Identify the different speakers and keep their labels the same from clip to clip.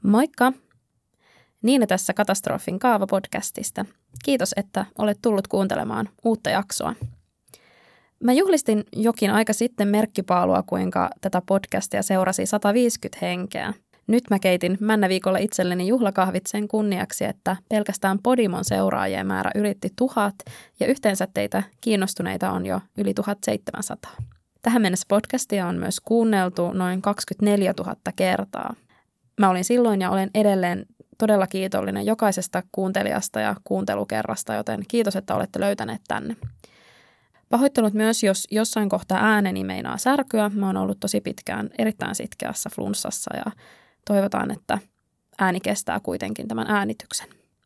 Speaker 1: Moikka! Niina tässä Katastrofin kaava-podcastista. Kiitos, että olet tullut kuuntelemaan uutta jaksoa. Mä juhlistin jokin aika sitten merkkipaalua, kuinka tätä podcastia seurasi 150 henkeä. Nyt mä keitin männäviikolla itselleni juhlakahvit sen kunniaksi, että pelkästään Podimon seuraajien määrä ylitti 1000 ja yhteensä teitä kiinnostuneita on jo yli 1700. Tähän mennessä podcastia on myös kuunneltu noin 24 000 kertaa. Mä olin silloin ja olen edelleen todella kiitollinen jokaisesta kuuntelijasta ja kuuntelukerrasta, joten kiitos, että olette löytäneet tänne. Pahoittelut myös, jos jossain kohtaa ääneni meinaa särkyä. Mä oon ollut tosi pitkään erittäin sitkeässä flunssassa ja toivotaan, että ääni kestää kuitenkin tämän äänityksen.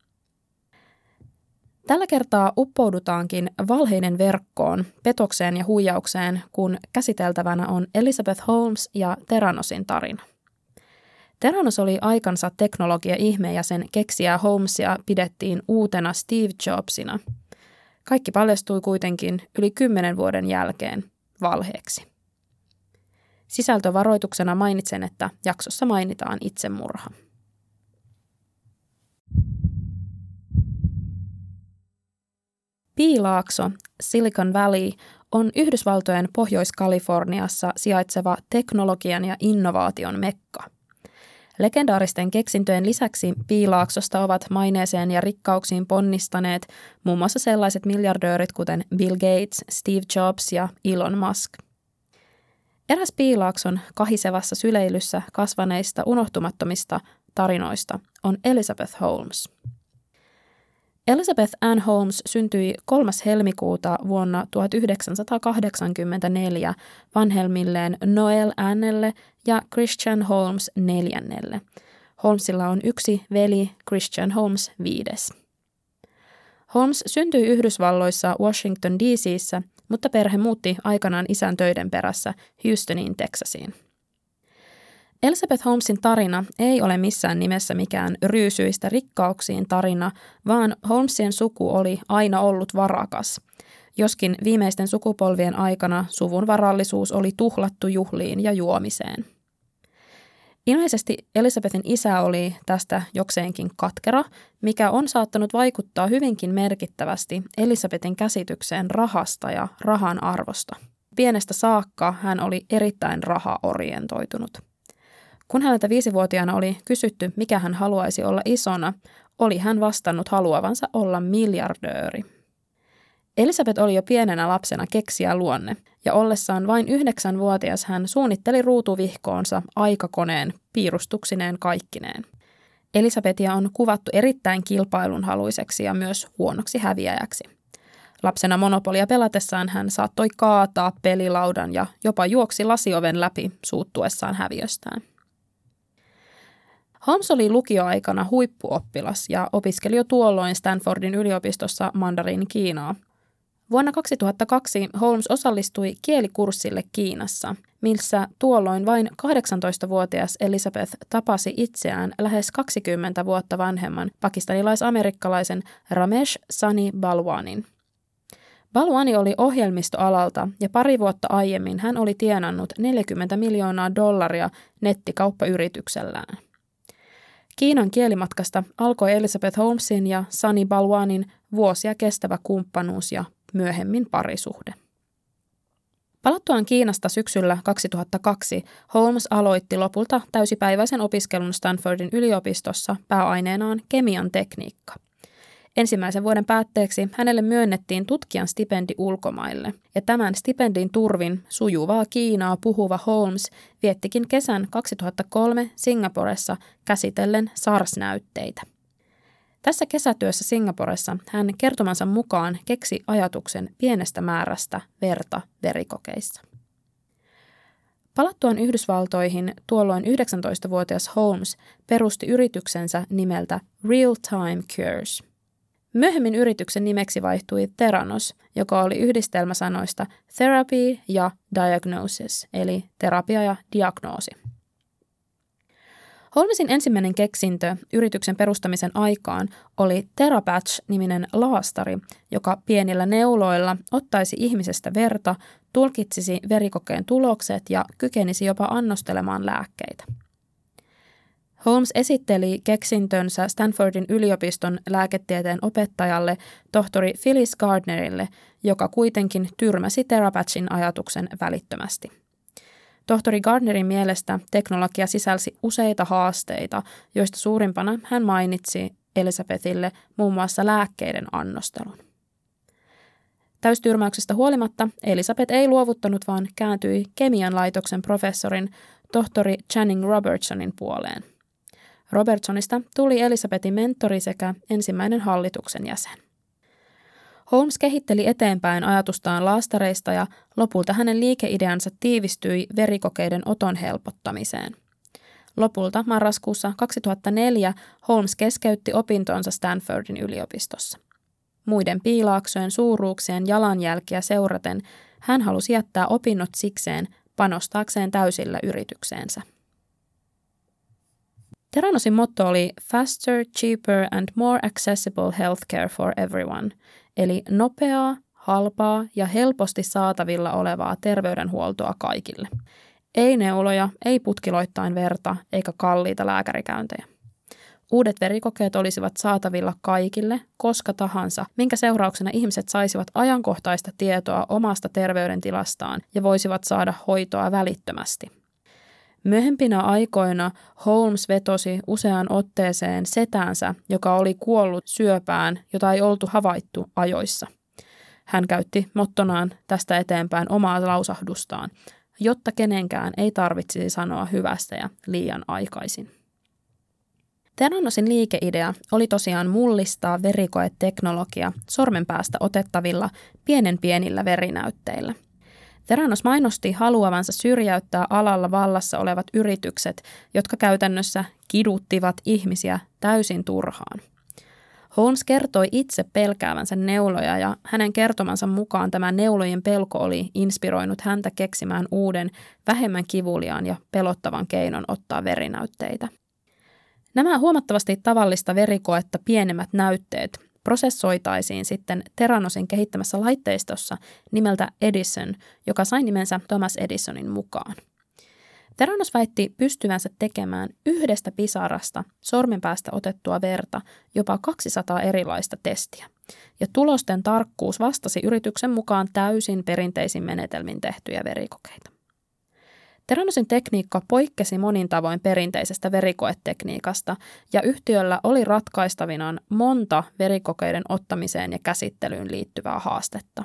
Speaker 1: Tällä kertaa uppoudutaankin valheiden verkkoon, petokseen ja huijaukseen, kun käsiteltävänä on Elizabeth Holmes ja Theranosin tarina. Theranos oli aikansa teknologia-ihme ja sen keksijää Holmesia pidettiin uutena Steve Jobsina. Kaikki paljastui kuitenkin yli 10 vuoden jälkeen valheeksi. Sisältövaroituksena mainitsen, että jaksossa mainitaan itsemurha. Piilaakso, Silicon Valley, on Yhdysvaltojen Pohjois-Kaliforniassa sijaitseva teknologian ja innovaation mekka. Legendaaristen keksintöjen lisäksi Piilaaksosta ovat maineeseen ja rikkauksiin ponnistaneet muun muassa sellaiset miljardöörit kuten Bill Gates, Steve Jobs ja Elon Musk. Eräs Piilaakson kahisevassa syleilyssä kasvaneista unohtumattomista tarinoista on Elizabeth Holmes. Elizabeth Ann Holmes syntyi 3. helmikuuta vuonna 1984 vanhemmilleen Noel Annelle ja Christian Holmes 4. Holmesilla on yksi veli, Christian Holmes 5. Holmes syntyi Yhdysvalloissa Washington DC:ssä, mutta perhe muutti aikanaan isän töiden perässä Houstoniin, Texasiin. Elizabeth Holmesin tarina ei ole missään nimessä mikään ryysyistä rikkauksiin tarina, vaan Holmesien suku oli aina ollut varakas. Joskin viimeisten sukupolvien aikana suvun varallisuus oli tuhlattu juhliin ja juomiseen. Ilmeisesti Elizabethin isä oli tästä jokseenkin katkera, mikä on saattanut vaikuttaa hyvinkin merkittävästi Elizabethin käsitykseen rahasta ja rahan arvosta. Pienestä saakka hän oli erittäin rahaorientoitunut. Kun häneltä 5-vuotiaana oli kysytty, mikä hän haluaisi olla isona, oli hän vastannut haluavansa olla miljardööri. Elizabeth oli jo pienenä lapsena keksijä luonne, ja ollessaan vain 9-vuotias hän suunnitteli ruutuvihkoonsa aikakoneen piirustuksineen kaikkineen. Elizabethia on kuvattu erittäin kilpailunhaluiseksi ja myös huonoksi häviäjäksi. Lapsena Monopolia pelatessaan hän saattoi kaataa pelilaudan ja jopa juoksi lasioven läpi suuttuessaan häviöstään. Holmes oli lukioaikana huippuoppilas ja opiskeli jo tuolloin Stanfordin yliopistossa mandariini-Kiinaa. Vuonna 2002 Holmes osallistui kielikurssille Kiinassa, missä tuolloin vain 18-vuotias Elizabeth tapasi itseään lähes 20 vuotta vanhemman pakistanilais-amerikkalaisen Ramesh Sani Balwanin. Balwani oli ohjelmistoalalta ja pari vuotta aiemmin hän oli tienannut $40 miljoonaa nettikauppayrityksellään. Kiinan kielimatkasta alkoi Elizabeth Holmesin ja Sani Balwanin vuosia kestävä kumppanuus ja myöhemmin parisuhde. Palattuaan Kiinasta syksyllä 2002 Holmes aloitti lopulta täysipäiväisen opiskelun Stanfordin yliopistossa pääaineenaan kemian tekniikka. Ensimmäisen vuoden päätteeksi hänelle myönnettiin tutkijan stipendi ulkomaille, ja tämän stipendin turvin sujuvaa Kiinaa puhuva Holmes viettikin kesän 2003 Singaporessa käsitellen SARS-näytteitä. Tässä kesätyössä Singaporessa hän kertomansa mukaan keksi ajatuksen pienestä määrästä verta verikokeissa. Palattuaan Yhdysvaltoihin tuolloin 19-vuotias Holmes perusti yrityksensä nimeltä Real Time Cures. Myöhemmin yrityksen nimeksi vaihtui Theranos, joka oli yhdistelmä sanoista therapy ja diagnosis, eli terapia ja diagnoosi. Holmesin ensimmäinen keksintö yrityksen perustamisen aikaan oli TheraPatch-niminen laastari, joka pienillä neuloilla ottaisi ihmisestä verta, tulkitsisi verikokeen tulokset ja kykenisi jopa annostelemaan lääkkeitä. Holmes esitteli keksintönsä Stanfordin yliopiston lääketieteen opettajalle tohtori Phyllis Gardnerille, joka kuitenkin tyrmäsi Therapatchin ajatuksen välittömästi. Tohtori Gardnerin mielestä teknologia sisälsi useita haasteita, joista suurimpana hän mainitsi Elizabethille muun muassa lääkkeiden annostelun. Täystyrmäyksestä huolimatta Elizabeth ei luovuttanut, vaan kääntyi kemian laitoksen professorin tohtori Channing Robertsonin puoleen. Robertsonista tuli Elizabethin mentori sekä ensimmäinen hallituksen jäsen. Holmes kehitteli eteenpäin ajatustaan laastareista ja lopulta hänen liikeideansa tiivistyi verikokeiden oton helpottamiseen. Lopulta marraskuussa 2004 Holmes keskeytti opintonsa Stanfordin yliopistossa. Muiden piilaaksojen suuruuksien jalanjälkiä seuraten hän halusi jättää opinnot sikseen panostaakseen täysillä yritykseensä. Theranosin motto oli Faster, Cheaper and More Accessible Healthcare for Everyone, eli nopeaa, halpaa ja helposti saatavilla olevaa terveydenhuoltoa kaikille. Ei neuloja, ei putkiloittain verta eikä kalliita lääkärikäyntejä. Uudet verikokeet olisivat saatavilla kaikille, koska tahansa, minkä seurauksena ihmiset saisivat ajankohtaista tietoa omasta terveydentilastaan ja voisivat saada hoitoa välittömästi. Myöhempinä aikoina Holmes vetosi useaan otteeseen setäänsä, joka oli kuollut syöpään, jota ei oltu havaittu ajoissa. Hän käytti mottonaan tästä eteenpäin omaa lausahdustaan, jotta kenenkään ei tarvitsisi sanoa hyvästä ja liian aikaisin. Theranosin liikeidea oli tosiaan mullistaa verikoeteknologia sormenpäästä otettavilla pienillä verinäytteillä. Theranos mainosti haluavansa syrjäyttää alalla vallassa olevat yritykset, jotka käytännössä kiduttivat ihmisiä täysin turhaan. Holmes kertoi itse pelkäävänsä neuloja ja hänen kertomansa mukaan tämä neulojen pelko oli inspiroinut häntä keksimään uuden, vähemmän kivuliaan ja pelottavan keinon ottaa verinäytteitä. Nämä huomattavasti tavallista verikoetta pienemmät näytteet prosessoitaisiin sitten Theranosin kehittämässä laitteistossa nimeltä Edison, joka sai nimensä Thomas Edisonin mukaan. Theranos väitti pystyvänsä tekemään yhdestä pisarasta sormenpäästä otettua verta jopa 200 erilaista testiä, ja tulosten tarkkuus vastasi yrityksen mukaan täysin perinteisin menetelmin tehtyjä verikokeita. Theranosin tekniikka poikkesi monin tavoin perinteisestä verikoetekniikasta, ja yhtiöllä oli ratkaistavinaan monta verikokeiden ottamiseen ja käsittelyyn liittyvää haastetta.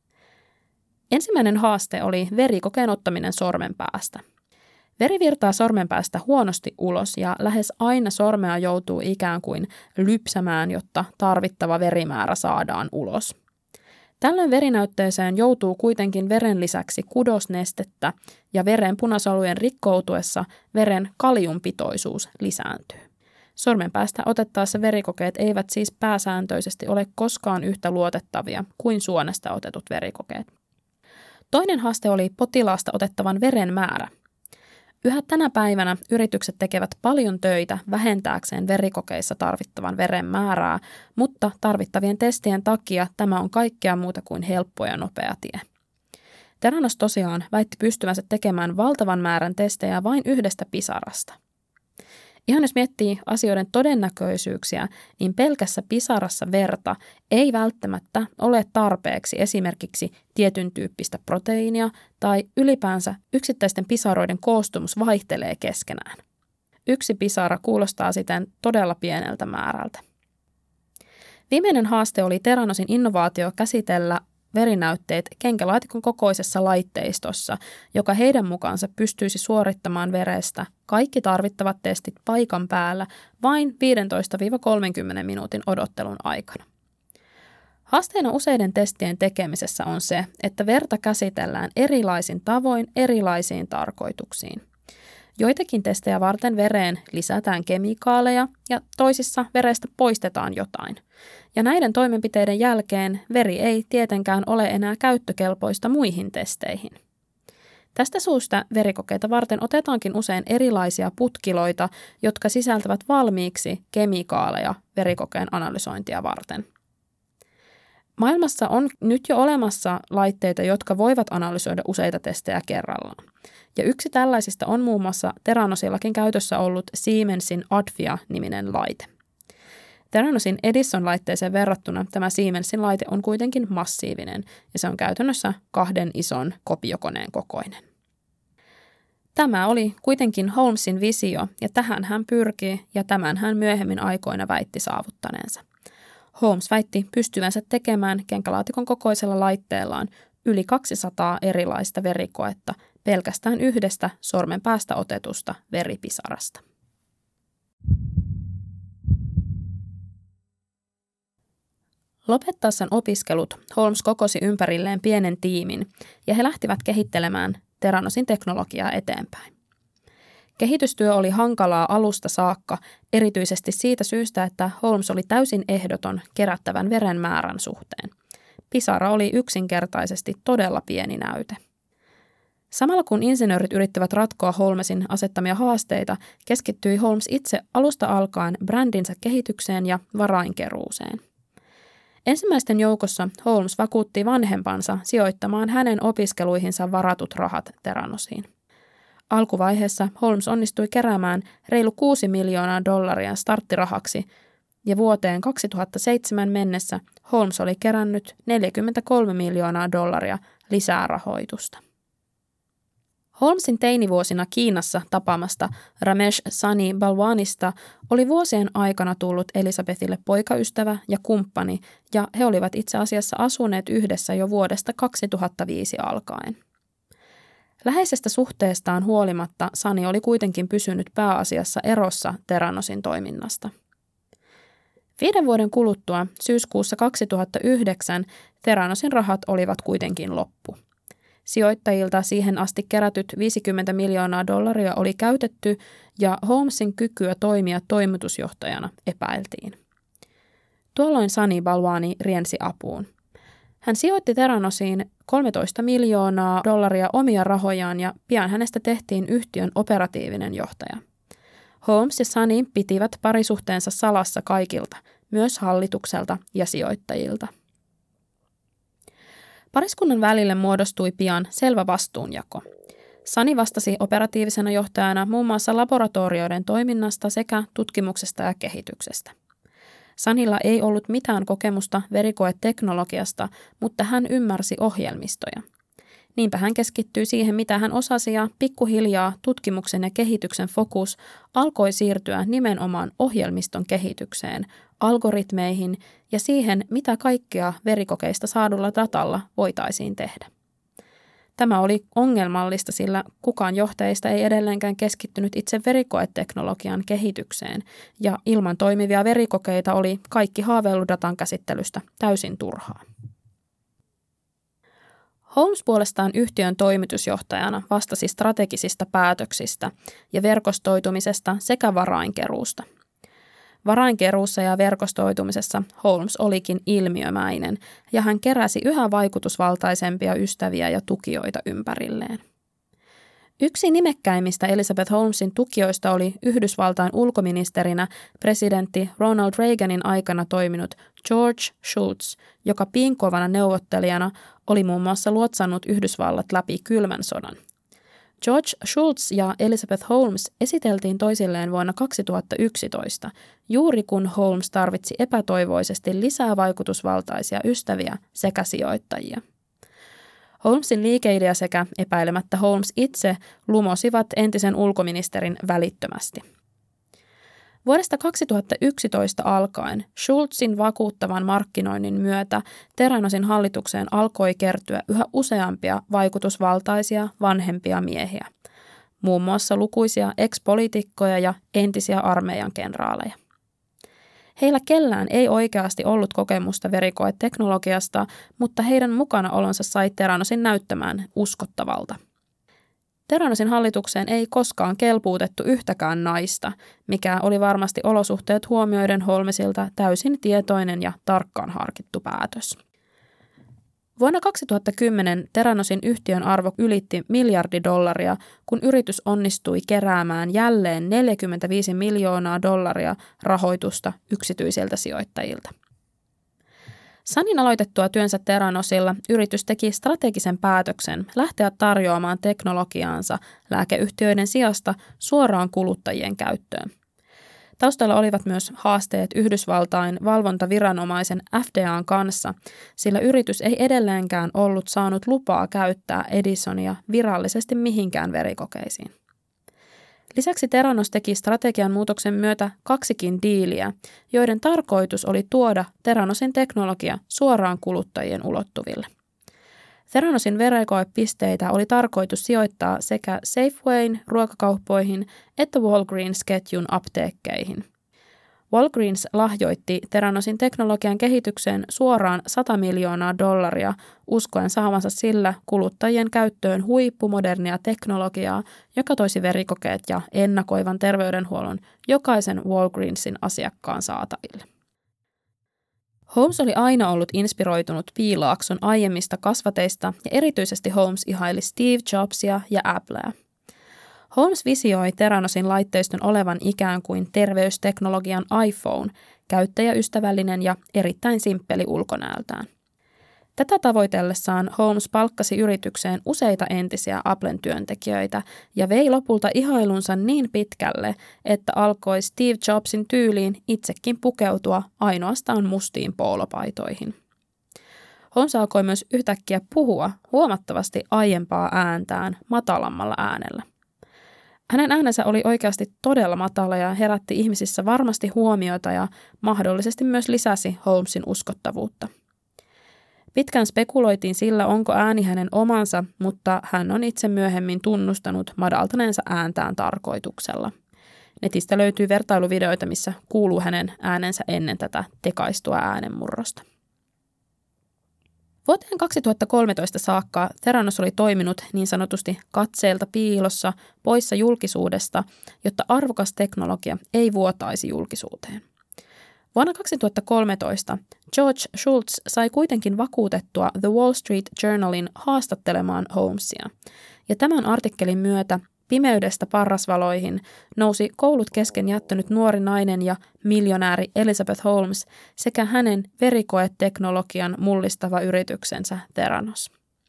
Speaker 1: Ensimmäinen haaste oli verikokeen ottaminen sormenpäästä. Veri virtaa sormenpäästä huonosti ulos ja lähes aina sormea joutuu ikään kuin lypsämään, jotta tarvittava verimäärä saadaan ulos. Tällöin verinäytteeseen joutuu kuitenkin veren lisäksi kudosnestettä ja veren punasolujen rikkoutuessa veren kaliumpitoisuus lisääntyy. Sormenpäästä otettaessa verikokeet eivät siis pääsääntöisesti ole koskaan yhtä luotettavia kuin suonesta otetut verikokeet. Toinen haaste oli potilaasta otettavan veren määrä. Yhä tänä päivänä yritykset tekevät paljon töitä vähentääkseen verikokeissa tarvittavan veren määrää, mutta tarvittavien testien takia tämä on kaikkea muuta kuin helppo ja nopea tie. Theranos tosiaan väitti pystyvänsä tekemään valtavan määrän testejä vain yhdestä pisarasta. Ihan jos miettii asioiden todennäköisyyksiä, niin pelkässä pisarassa verta ei välttämättä ole tarpeeksi esimerkiksi tietyn tyyppistä proteiinia tai ylipäänsä yksittäisten pisaroiden koostumus vaihtelee keskenään. Yksi pisara kuulostaa siten todella pieneltä määrältä. Viimeinen haaste oli Theranosin innovaatio käsitellä verinäytteet kenkälaatikon kokoisessa laitteistossa, joka heidän mukaansa pystyisi suorittamaan verestä kaikki tarvittavat testit paikan päällä vain 15-30 minuutin odottelun aikana. Haasteena useiden testien tekemisessä on se, että verta käsitellään erilaisin tavoin erilaisiin tarkoituksiin. Joitakin testejä varten vereen lisätään kemikaaleja ja toisissa verestä poistetaan jotain. Ja näiden toimenpiteiden jälkeen veri ei tietenkään ole enää käyttökelpoista muihin testeihin. Tästä syystä verikokeita varten otetaankin usein erilaisia putkiloita, jotka sisältävät valmiiksi kemikaaleja verikokeen analysointia varten. Maailmassa on nyt jo olemassa laitteita, jotka voivat analysoida useita testejä kerrallaan. Ja yksi tällaisista on muun muassa Theranosillakin käytössä ollut Siemensin Advia-niminen laite. Theranosin Edison-laitteeseen verrattuna tämä Siemensin laite on kuitenkin massiivinen ja se on käytännössä 2 ison kopiokoneen kokoinen. Tämä oli kuitenkin Holmesin visio ja tähän hän pyrki ja tämän hän myöhemmin aikoina väitti saavuttaneensa. Holmes väitti pystyvänsä tekemään kenkälaatikon kokoisella laitteellaan yli 200 erilaista verikoetta pelkästään yhdestä sormen päästä otetusta veripisarasta. Lopettaessaan opiskelut Holmes kokosi ympärilleen pienen tiimin ja he lähtivät kehittelemään Theranosin teknologiaa eteenpäin. Kehitystyö oli hankalaa alusta saakka, erityisesti siitä syystä, että Holmes oli täysin ehdoton kerättävän veren määrän suhteen. Pisara oli yksinkertaisesti todella pieni näyte. Samalla kun insinöörit yrittivät ratkoa Holmesin asettamia haasteita, keskittyi Holmes itse alusta alkaen brändinsä kehitykseen ja varainkeruuseen. Ensimmäisten joukossa Holmes vakuutti vanhempansa sijoittamaan hänen opiskeluihinsa varatut rahat Theranosiin. Alkuvaiheessa Holmes onnistui keräämään reilu $6 miljoonaa starttirahaksi ja vuoteen 2007 mennessä Holmes oli kerännyt $43 miljoonaa lisää rahoitusta. Holmesin teinivuosina Kiinassa tapaamasta Ramesh Sunny Balwanista oli vuosien aikana tullut Elisabethille poikaystävä ja kumppani, ja he olivat itse asiassa asuneet yhdessä jo vuodesta 2005 alkaen. Läheisestä suhteestaan huolimatta Sunny oli kuitenkin pysynyt pääasiassa erossa Theranosin toiminnasta. 5 vuoden kuluttua syyskuussa 2009 Theranosin rahat olivat kuitenkin loppu. Sijoittajilta siihen asti kerätyt $50 miljoonaa oli käytetty ja Holmesin kykyä toimia toimitusjohtajana epäiltiin. Tuolloin Sunny Balwani riensi apuun. Hän sijoitti Theranosiin $13 miljoonaa omia rahojaan ja pian hänestä tehtiin yhtiön operatiivinen johtaja. Holmes ja Sunny pitivät parisuhteensa salassa kaikilta, myös hallitukselta ja sijoittajilta. Pariskunnan välille muodostui pian selvä vastuunjako. Sunny vastasi operatiivisena johtajana muun muassa laboratorioiden toiminnasta sekä tutkimuksesta ja kehityksestä. Sunnylla ei ollut mitään kokemusta verikoeteknologiasta, mutta hän ymmärsi ohjelmistoja. Niinpä hän keskittyi siihen, mitä hän osasi ja pikkuhiljaa tutkimuksen ja kehityksen fokus alkoi siirtyä nimenomaan ohjelmiston kehitykseen, algoritmeihin ja siihen, mitä kaikkea verikokeista saadulla datalla voitaisiin tehdä. Tämä oli ongelmallista, sillä kukaan johtajista ei edelleenkään keskittynyt itse verikoeteknologian kehitykseen, ja ilman toimivia verikokeita oli kaikki haaveiludatan käsittelystä täysin turhaa. Holmes puolestaan yhtiön toimitusjohtajana vastasi strategisista päätöksistä ja verkostoitumisesta sekä varainkeruusta. Varainkeruussa ja verkostoitumisessa Holmes olikin ilmiömäinen ja hän keräsi yhä vaikutusvaltaisempia ystäviä ja tukijoita ympärilleen. Yksi nimekkäimmistä Elizabeth Holmesin tukijoista oli Yhdysvaltain ulkoministerinä presidentti Ronald Reaganin aikana toiminut George Shultz, joka piinkovana neuvottelijana oli muun muassa luotsannut Yhdysvallat läpi kylmän sodan. George Shultz ja Elizabeth Holmes esiteltiin toisilleen vuonna 2011, juuri kun Holmes tarvitsi epätoivoisesti lisää vaikutusvaltaisia ystäviä sekä sijoittajia. Holmesin liikeidea sekä epäilemättä Holmes itse lumosivat entisen ulkoministerin välittömästi. Vuodesta 2011 alkaen Shultzin vakuuttavan markkinoinnin myötä Theranosin hallitukseen alkoi kertyä yhä useampia vaikutusvaltaisia vanhempia miehiä, muun muassa lukuisia ex-poliitikkoja ja entisiä armeijan kenraaleja. Heillä kellään ei oikeasti ollut kokemusta verikoeteknologiasta, mutta heidän mukanaolonsa sai Theranosin näyttämään uskottavalta. Theranosin hallitukseen ei koskaan kelpuutettu yhtäkään naista, mikä oli varmasti olosuhteet huomioiden Holmesilta täysin tietoinen ja tarkkaan harkittu päätös. Vuonna 2010 Theranosin yhtiön arvo ylitti $1 miljardia, kun yritys onnistui keräämään jälleen $45 miljoonaa rahoitusta yksityisiltä sijoittajilta. Sunin aloitettua työnsä Theranosilla yritys teki strategisen päätöksen lähteä tarjoamaan teknologiaansa lääkeyhtiöiden sijasta suoraan kuluttajien käyttöön. Taustalla olivat myös haasteet Yhdysvaltain valvontaviranomaisen FDA:n kanssa, sillä yritys ei edelleenkään ollut saanut lupaa käyttää Edisonia virallisesti mihinkään verikokeisiin. Lisäksi Theranos teki strategian muutoksen myötä 2 diiliä, joiden tarkoitus oli tuoda Theranosin teknologia suoraan kuluttajien ulottuville. Theranosin verikoepisteitä oli tarkoitus sijoittaa sekä Safewayn ruokakauppoihin että Walgreens-ketjun apteekkeihin. Walgreens lahjoitti Theranosin teknologian kehitykseen suoraan $100 miljoonaa, uskoen saavansa sillä kuluttajien käyttöön huippumodernia teknologiaa, joka toisi verikokeet ja ennakoivan terveydenhuollon jokaisen Walgreensin asiakkaan saataville. Holmes oli aina ollut inspiroitunut Piilaakson aiemmista kasvateista ja erityisesti Holmes ihaili Steve Jobsia ja Applea. Holmes visioi Theranosin laitteiston olevan ikään kuin terveysteknologian iPhone, käyttäjäystävällinen ja erittäin simppeli ulkonäöltään. Tätä tavoitellessaan Holmes palkkasi yritykseen useita entisiä Applen työntekijöitä ja vei lopulta ihailunsa niin pitkälle, että alkoi Steve Jobsin tyyliin itsekin pukeutua ainoastaan mustiin poolopaitoihin. Holmes alkoi myös yhtäkkiä puhua huomattavasti aiempaa ääntään matalammalla äänellä. Hänen äänensä oli oikeasti todella matala ja herätti ihmisissä varmasti huomiota ja mahdollisesti myös lisäsi Holmesin uskottavuutta. Pitkään spekuloitiin sillä, onko ääni hänen omansa, mutta hän on itse myöhemmin tunnustanut madaltaneensa ääntään tarkoituksella. Netistä löytyy vertailuvideoita, missä kuuluu hänen äänensä ennen tätä tekaistua äänenmurrosta. Vuoteen 2013 saakka Theranos oli toiminut niin sanotusti katseelta piilossa, poissa julkisuudesta, jotta arvokas teknologia ei vuotaisi julkisuuteen. Vuonna 2013 George Shultz sai kuitenkin vakuutettua The Wall Street Journalin haastattelemaan Holmesia, ja tämän artikkelin myötä pimeydestä parrasvaloihin nousi koulut kesken jättänyt nuori nainen ja miljonääri Elizabeth Holmes sekä hänen verikoeteknologian mullistava yrityksensä Theranos.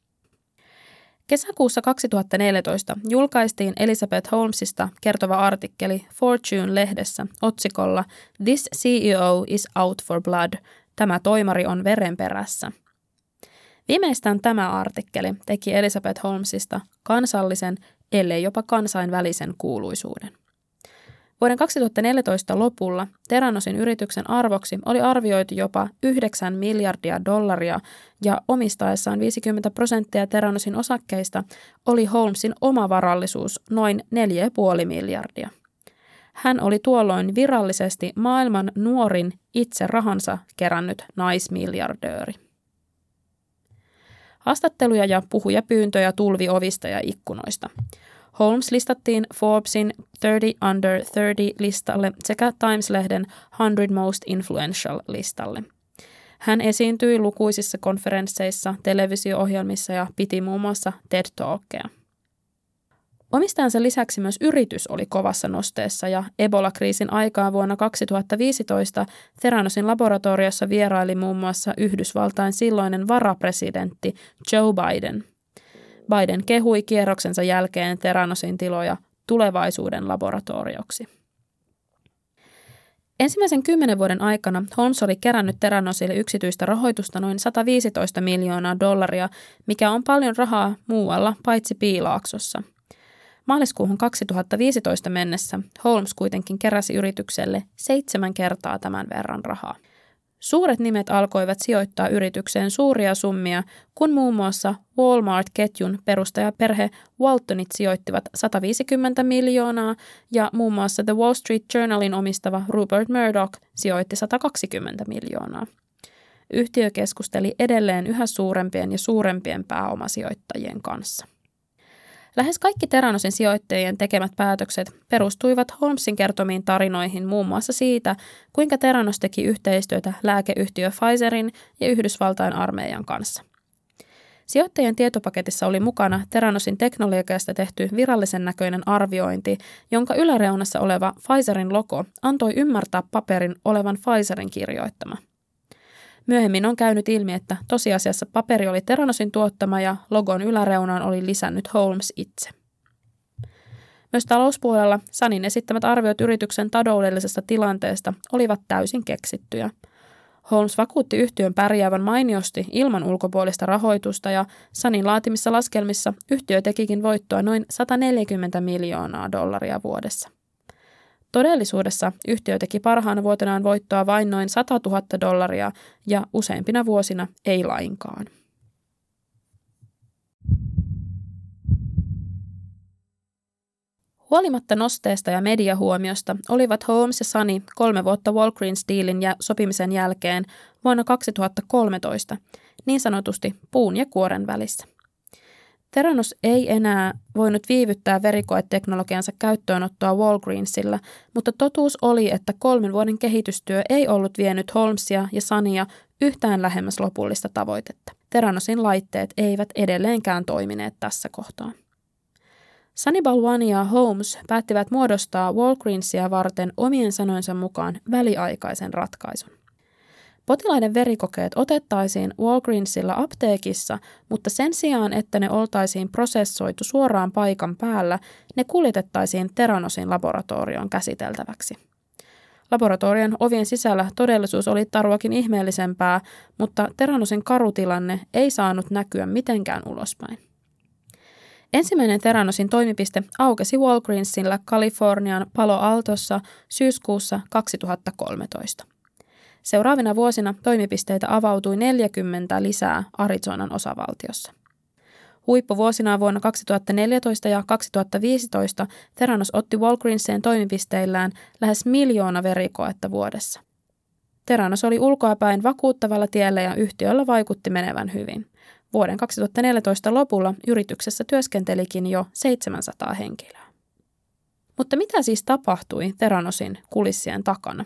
Speaker 1: Kesäkuussa 2014 julkaistiin Elizabeth Holmesista kertova artikkeli Fortune-lehdessä otsikolla This CEO is out for blood. Tämä toimari on veren perässä. Viimeistään tämä artikkeli teki Elizabeth Holmesista kansallisen, ellei jopa kansainvälisen kuuluisuuden. Vuoden 2014 lopulla Theranosin yrityksen arvoksi oli arvioitu jopa $9 miljardia ja omistaessaan 50% Theranosin osakkeista oli Holmesin oma varallisuus noin $4,5 miljardia. Hän oli tuolloin virallisesti maailman nuorin itse rahansa kerännyt naismiljardööri. Haastatteluja ja puhujapyyntöjä tulvi ovista ja ikkunoista. Holmes listattiin Forbesin 30 Under 30-listalle sekä Times-lehden 100 Most Influential-listalle. Hän esiintyi lukuisissa konferensseissa, televisio-ohjelmissa ja piti muun muassa TED-talkkeja. Omistajansa lisäksi myös yritys oli kovassa nosteessa ja Ebola-kriisin aikaa vuonna 2015 Theranosin laboratoriossa vieraili muun muassa Yhdysvaltain silloinen varapresidentti Joe Biden. Biden kehui kierroksensa jälkeen Theranosin tiloja tulevaisuuden laboratorioksi. Ensimmäisen 10 vuoden aikana Holmes oli kerännyt Theranosille yksityistä rahoitusta noin $115 miljoonaa, mikä on paljon rahaa muualla paitsi Piilaaksossa. Maaliskuuhun 2015 mennessä Holmes kuitenkin keräsi yritykselle 7 kertaa tämän verran rahaa. Suuret nimet alkoivat sijoittaa yritykseen suuria summia, kun muun muassa Walmart-ketjun perustajaperhe Waltonit sijoittivat $150 miljoonaa ja muun muassa The Wall Street Journalin omistava Rupert Murdoch sijoitti $120 miljoonaa. Yhtiö keskusteli edelleen yhä suurempien ja suurempien pääomasijoittajien kanssa. Lähes kaikki Theranosin sijoittajien tekemät päätökset perustuivat Holmesin kertomiin tarinoihin muun muassa siitä, kuinka Theranos teki yhteistyötä lääkeyhtiö Pfizerin ja Yhdysvaltain armeijan kanssa. Sijoittajien tietopaketissa oli mukana Theranosin teknologiasta tehty virallisen näköinen arviointi, jonka yläreunassa oleva Pfizerin logo antoi ymmärtää paperin olevan Pfizerin kirjoittama. Myöhemmin on käynyt ilmi, että tosiasiassa paperi oli Theranosin tuottama ja logon yläreunaan oli lisännyt Holmes itse. Myös talouspuolella Sunnyn esittämät arviot yrityksen taloudellisesta tilanteesta olivat täysin keksittyjä. Holmes vakuutti yhtiön pärjäävän mainiosti ilman ulkopuolista rahoitusta ja Sunnyn laatimissa laskelmissa yhtiö tekikin voittoa noin $140 miljoonaa vuodessa. Todellisuudessa yhtiö teki parhaana vuotenaan voittoa vain noin $100,000 ja useimpina vuosina ei lainkaan. Huolimatta nosteesta ja mediahuomiosta olivat Holmes ja Sunny 3 vuotta Walgreens-diilin ja sopimisen jälkeen vuonna 2013 niin sanotusti puun ja kuoren välissä. Theranos ei enää voinut viivyttää verikoeteknologiansa käyttöönottoa Walgreensilla, mutta totuus oli, että 3 vuoden kehitystyö ei ollut vienyt Holmesia ja Sunnya yhtään lähemmäs lopullista tavoitetta. Theranosin laitteet eivät edelleenkään toimineet tässä kohtaa. Sunny Balwani ja Holmes päättivät muodostaa Walgreensia varten omien sanojensa mukaan väliaikaisen ratkaisun. Potilaiden verikokeet otettaisiin Walgreensilla apteekissa, mutta sen sijaan, että ne oltaisiin prosessoitu suoraan paikan päällä, ne kuljetettaisiin Theranosin laboratorioon käsiteltäväksi. Laboratorion ovien sisällä todellisuus oli taruakin ihmeellisempää, mutta Theranosin karutilanne ei saanut näkyä mitenkään ulospäin. Ensimmäinen Theranosin toimipiste aukesi Walgreensilla Kalifornian Palo Altossa syyskuussa 2013. Seuraavina vuosina toimipisteitä avautui 40 lisää Arizonan osavaltiossa. Huippuvuosina vuonna 2014 ja 2015 Theranos otti Walgreensien toimipisteillään lähes 1 miljoona verikoetta vuodessa. Theranos oli ulkoapäin vakuuttavalla tiellä ja yhtiöllä vaikutti menevän hyvin. Vuoden 2014 lopulla yrityksessä työskentelikin jo 700 henkilöä. Mutta mitä siis tapahtui Theranosin kulissien takana?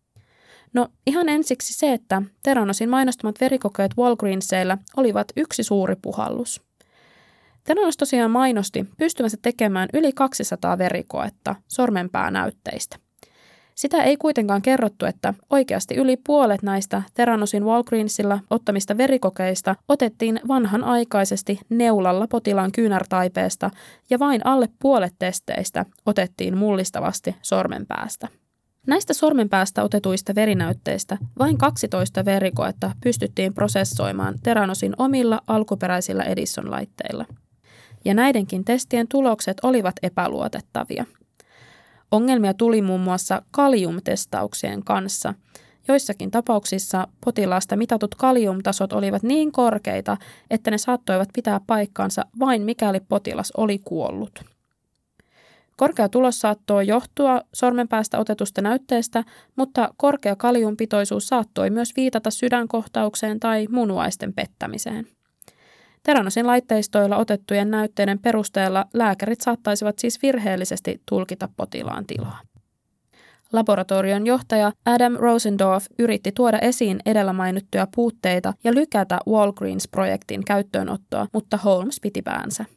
Speaker 1: No ihan ensiksi se, että Theranosin mainostamat verikokeet Walgreenseillä olivat yksi suuri puhallus. Theranos tosiaan mainosti pystyvänsä tekemään yli 200 verikoetta sormenpäänäytteistä. Sitä ei kuitenkaan kerrottu, että oikeasti yli puolet näistä Theranosin Walgreensilla ottamista verikokeista otettiin vanhanaikaisesti neulalla potilaan kyynärtaipeesta ja vain alle puolet testeistä otettiin mullistavasti sormenpäästä. Näistä sormenpäästä otetuista verinäytteistä vain 12 verikoetta pystyttiin prosessoimaan Theranosin omilla alkuperäisillä Edison-laitteilla. Ja näidenkin testien tulokset olivat epäluotettavia. Ongelmia tuli muun muassa kaliumtestauksien kanssa. Joissakin tapauksissa potilaasta mitatut kaliumtasot olivat niin korkeita, että ne saattoivat pitää paikkaansa vain mikäli potilas oli kuollut. Korkea tulos saattoi johtua sormenpäästä otetusta näytteestä, mutta korkea kaliumpitoisuus saattoi myös viitata sydänkohtaukseen tai munuaisten pettämiseen. Theranosin laitteistoilla otettujen näytteiden perusteella lääkärit saattaisivat siis virheellisesti tulkita potilaan tilaa. Laboratorion johtaja Adam Rosendorf yritti tuoda esiin edellä mainittuja puutteita ja lykätä Walgreens-projektin käyttöönottoa, mutta Holmes piti päänsä.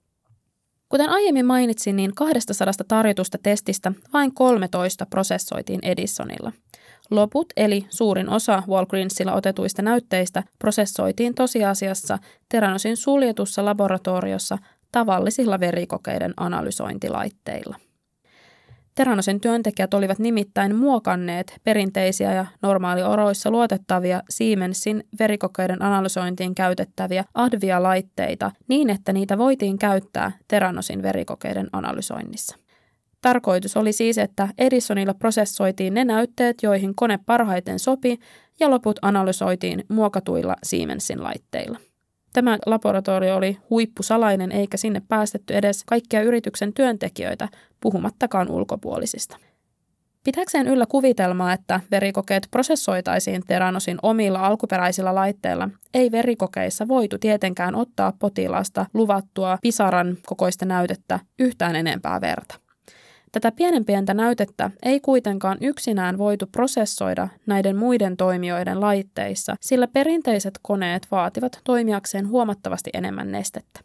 Speaker 1: Kuten aiemmin mainitsin, niin 200 tarjotusta testistä vain 13 prosessoitiin Edisonilla. Loput, eli suurin osa Walgreensilla otetuista näytteistä, prosessoitiin tosiasiassa Theranosin suljetussa laboratoriossa tavallisilla verikokeiden analysointilaitteilla. Theranosin työntekijät olivat nimittäin muokanneet perinteisiä ja normaalioloissa luotettavia Siemensin verikokeiden analysointiin käytettäviä Advia-laitteita niin, että niitä voitiin käyttää Theranosin verikokeiden analysoinnissa. Tarkoitus oli siis, että Edisonilla prosessoitiin ne näytteet, joihin kone parhaiten sopi, ja loput analysoitiin muokatuilla Siemensin laitteilla. Tämä laboratorio oli huippusalainen eikä sinne päästetty edes kaikkia yrityksen työntekijöitä, puhumattakaan ulkopuolisista. Pitääkseen yllä kuvitelmaa, että verikokeet prosessoitaisiin Theranosin omilla alkuperäisillä laitteilla, ei verikokeissa voitu tietenkään ottaa potilaasta luvattua pisaran kokoista näytettä yhtään enempää verta. Tätä pienenpientä näytettä ei kuitenkaan yksinään voitu prosessoida näiden muiden toimijoiden laitteissa, sillä perinteiset koneet vaativat toimijakseen huomattavasti enemmän nestettä.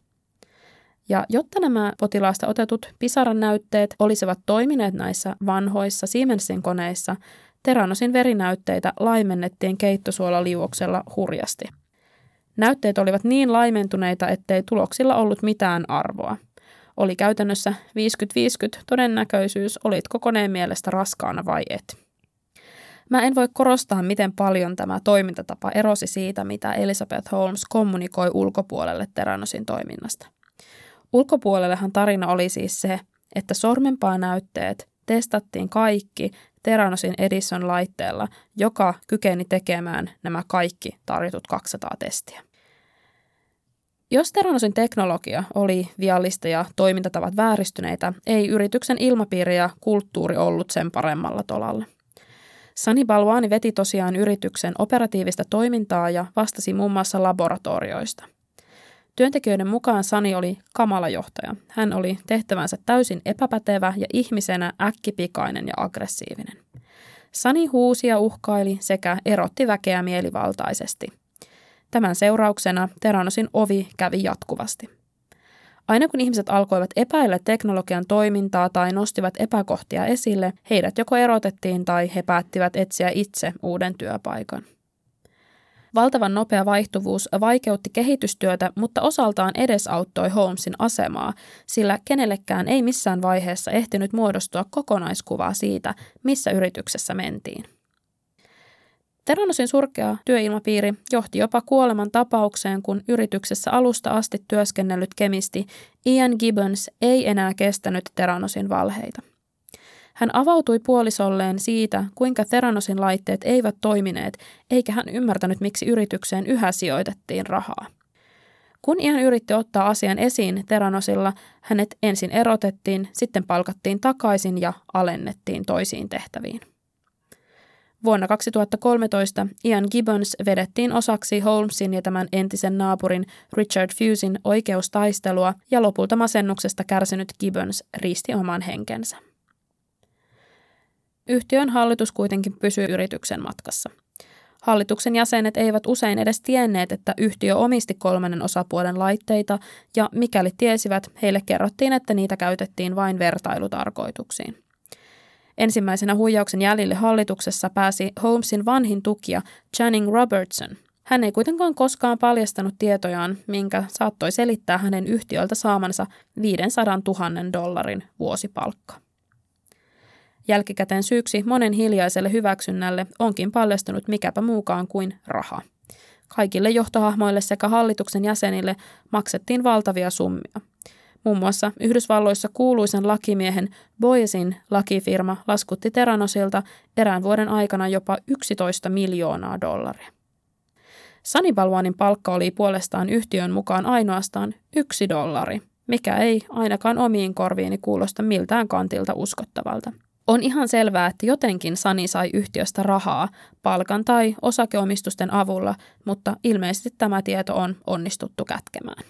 Speaker 1: Ja jotta nämä potilaasta otetut pisaran näytteet olisivat toimineet näissä vanhoissa Siemensin koneissa, Theranosin verinäytteitä laimennettiin keittosuolaliuoksella hurjasti. Näytteet olivat niin laimentuneita, ettei tuloksilla ollut mitään arvoa. Oli käytännössä 50-50 todennäköisyys, olitko koneen mielestä raskaana vai et. Mä en voi korostaa, miten paljon tämä toimintatapa erosi siitä, mitä Elizabeth Holmes kommunikoi ulkopuolelle Theranosin toiminnasta. Ulkopuolellehan tarina oli siis se, että sormenpäänäytteet testattiin kaikki Theranosin Edison-laitteella, joka kykeni tekemään nämä kaikki tarjotut 200 testiä. Jos Theranosin teknologia oli viallista ja toimintatavat vääristyneitä, ei yrityksen ilmapiiri ja kulttuuri ollut sen paremmalla tolalla. Sunny Balwani veti tosiaan yrityksen operatiivista toimintaa ja vastasi muun muassa laboratorioista. Työntekijöiden mukaan Sunny oli kamala johtaja. Hän oli tehtävänsä täysin epäpätevä ja ihmisenä äkkipikainen ja aggressiivinen. Sunny huusi ja uhkaili sekä erotti väkeä mielivaltaisesti. Tämän seurauksena Theranosin ovi kävi jatkuvasti. Aina kun ihmiset alkoivat epäillä teknologian toimintaa tai nostivat epäkohtia esille, heidät joko erotettiin tai he päättivät etsiä itse uuden työpaikan. Valtavan nopea vaihtuvuus vaikeutti kehitystyötä, mutta osaltaan edesauttoi Holmesin asemaa, sillä kenellekään ei missään vaiheessa ehtinyt muodostua kokonaiskuvaa siitä, missä yrityksessä mentiin. Theranosin surkea työilmapiiri johti jopa kuoleman tapaukseen, kun yrityksessä alusta asti työskennellyt kemisti Ian Gibbons ei enää kestänyt Theranosin valheita. Hän avautui puolisolleen siitä, kuinka Theranosin laitteet eivät toimineet, eikä hän ymmärtänyt, miksi yritykseen yhä sijoitettiin rahaa. Kun Ian yritti ottaa asian esiin Theranosilla, hänet ensin erotettiin, sitten palkattiin takaisin ja alennettiin toisiin tehtäviin. Vuonna 2013 Ian Gibbons vedettiin osaksi Holmesin ja tämän entisen naapurin Richard Fusein oikeustaistelua ja lopulta masennuksesta kärsinyt Gibbons riisti oman henkensä. Yhtiön hallitus kuitenkin pysyi yrityksen matkassa. Hallituksen jäsenet eivät usein edes tienneet, että yhtiö omisti kolmannen osapuolen laitteita ja mikäli tiesivät, heille kerrottiin, että niitä käytettiin vain vertailutarkoituksiin. Ensimmäisenä huijauksen jäljille hallituksessa pääsi Holmesin vanhin tukija Channing Robertson. Hän ei kuitenkaan koskaan paljastanut tietojaan, minkä saattoi selittää hänen yhtiöltä saamansa $500,000 vuosipalkka. Jälkikäteen syyksi monen hiljaiselle hyväksynnälle onkin paljastunut mikäpä muukaan kuin raha. Kaikille johtohahmoille sekä hallituksen jäsenille maksettiin valtavia summia. Muun muassa Yhdysvalloissa kuuluisen lakimiehen Boyesin lakifirma laskutti Theranosilta erään vuoden aikana jopa $11 miljoonaa. Sunny Balwanin palkka oli puolestaan yhtiön mukaan ainoastaan $1, mikä ei ainakaan omiin korviini kuulosta miltään kantilta uskottavalta. On ihan selvää, että jotenkin Sunny sai yhtiöstä rahaa palkan tai osakeomistusten avulla, mutta ilmeisesti tämä tieto on onnistuttu kätkemään.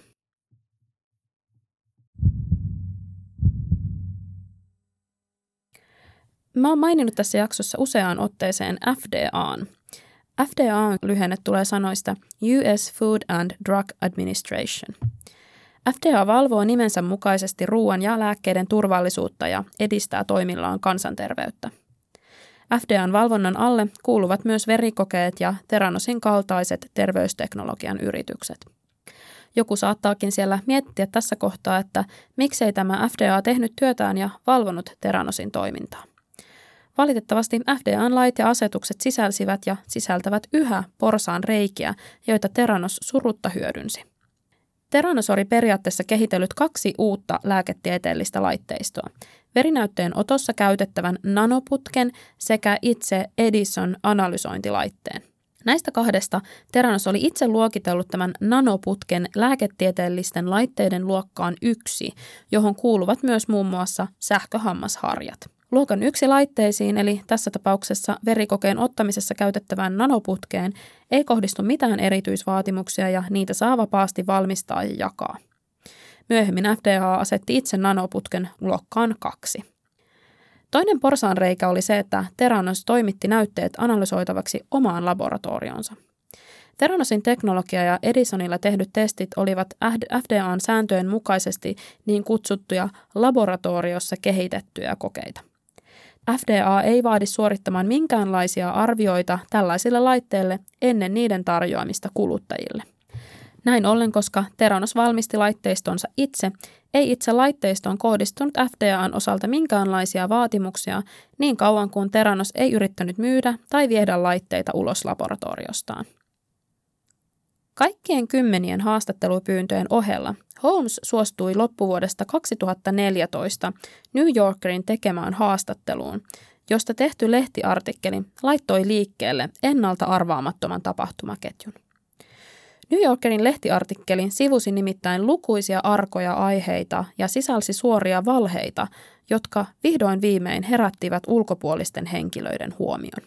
Speaker 1: Mä oon maininnut tässä jaksossa useaan otteeseen FDA:n. FDA:n lyhenne tulee sanoista US Food and Drug Administration. FDA valvoo nimensä mukaisesti ruoan ja lääkkeiden turvallisuutta ja edistää toimillaan kansanterveyttä. FDA:n valvonnan alle kuuluvat myös verikokeet ja Theranosin kaltaiset terveysteknologian yritykset. Joku saattaakin siellä miettiä tässä kohtaa, että miksei tämä FDA tehnyt työtään ja valvonut Theranosin toimintaa. Valitettavasti FDA:n lait ja asetukset sisälsivät ja sisältävät yhä porsaan reikiä, joita Theranos surutta hyödynsi. Theranos oli periaatteessa kehitellyt 2 uutta lääketieteellistä laitteistoa, verinäytteen otossa käytettävän nanoputken sekä itse Edison-analysointilaitteen. Näistä 2 Theranos oli itse luokitellut tämän nanoputken lääketieteellisten laitteiden luokkaan 1, johon kuuluvat myös muun muassa sähköhammasharjat. Luokan 1 laitteisiin, eli tässä tapauksessa verikokeen ottamisessa käytettävään nanoputkeen, ei kohdistu mitään erityisvaatimuksia ja niitä saa vapaasti valmistaa ja jakaa. Myöhemmin FDA asetti itse nanoputken luokkaan 2. Toinen porsaanreikä oli se, että Theranos toimitti näytteet analysoitavaksi omaan laboratorionsa. Theranosin teknologia ja Edisonilla tehdyt testit olivat FDA:n sääntöjen mukaisesti niin kutsuttuja laboratoriossa kehitettyjä kokeita. FDA ei vaadi suorittamaan minkäänlaisia arvioita tällaisille laitteille ennen niiden tarjoamista kuluttajille. Näin ollen, koska Theranos valmisti laitteistonsa ei itse laitteistoon kohdistunut FDA:n osalta minkäänlaisia vaatimuksia niin kauan kuin Theranos ei yrittänyt myydä tai viedä laitteita ulos laboratoriostaan. Kaikkien 10 haastattelupyyntöjen ohella Holmes suostui loppuvuodesta 2014 New Yorkerin tekemään haastatteluun, josta tehty lehtiartikkeli laittoi liikkeelle ennalta arvaamattoman tapahtumaketjun. New Yorkerin lehtiartikkeli sivusi nimittäin lukuisia arkoja aiheita ja sisälsi suoria valheita, jotka vihdoin viimein herättivät ulkopuolisten henkilöiden huomion.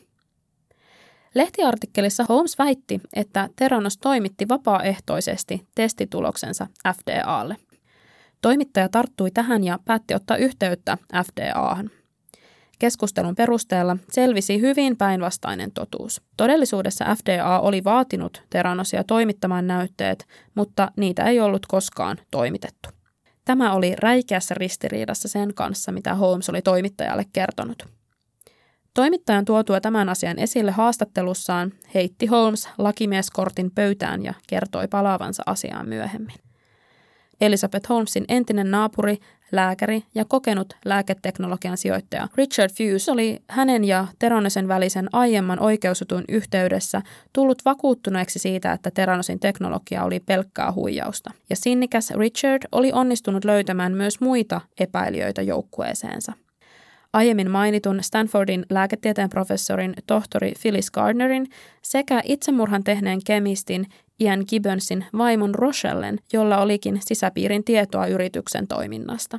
Speaker 1: Lehtiartikkelissa Holmes väitti, että Theranos toimitti vapaaehtoisesti testituloksensa FDA:lle. Toimittaja tarttui tähän ja päätti ottaa yhteyttä FDA:han. Keskustelun perusteella selvisi hyvin päinvastainen totuus. Todellisuudessa FDA oli vaatinut Theranosia toimittamaan näytteet, mutta niitä ei ollut koskaan toimitettu. Tämä oli räikeässä ristiriidassa sen kanssa, mitä Holmes oli toimittajalle kertonut. Toimittajan tuotua tämän asian esille haastattelussaan heitti Holmes lakimieskortin pöytään ja kertoi palaavansa asiaan myöhemmin. Elizabeth Holmesin entinen naapuri, lääkäri ja kokenut lääketeknologian sijoittaja Richard Fuisz oli hänen ja Theranosin välisen aiemman oikeusjutun yhteydessä tullut vakuuttuneeksi siitä, että Theranosin teknologia oli pelkkää huijausta. Ja sinnikäs Richard oli onnistunut löytämään myös muita epäilijöitä joukkueeseensa. Aiemmin mainitun Stanfordin lääketieteen professorin tohtori Phyllis Gardnerin sekä itsemurhan tehneen kemistin Ian Gibbonsin vaimon Rochellen, jolla olikin sisäpiirin tietoa yrityksen toiminnasta.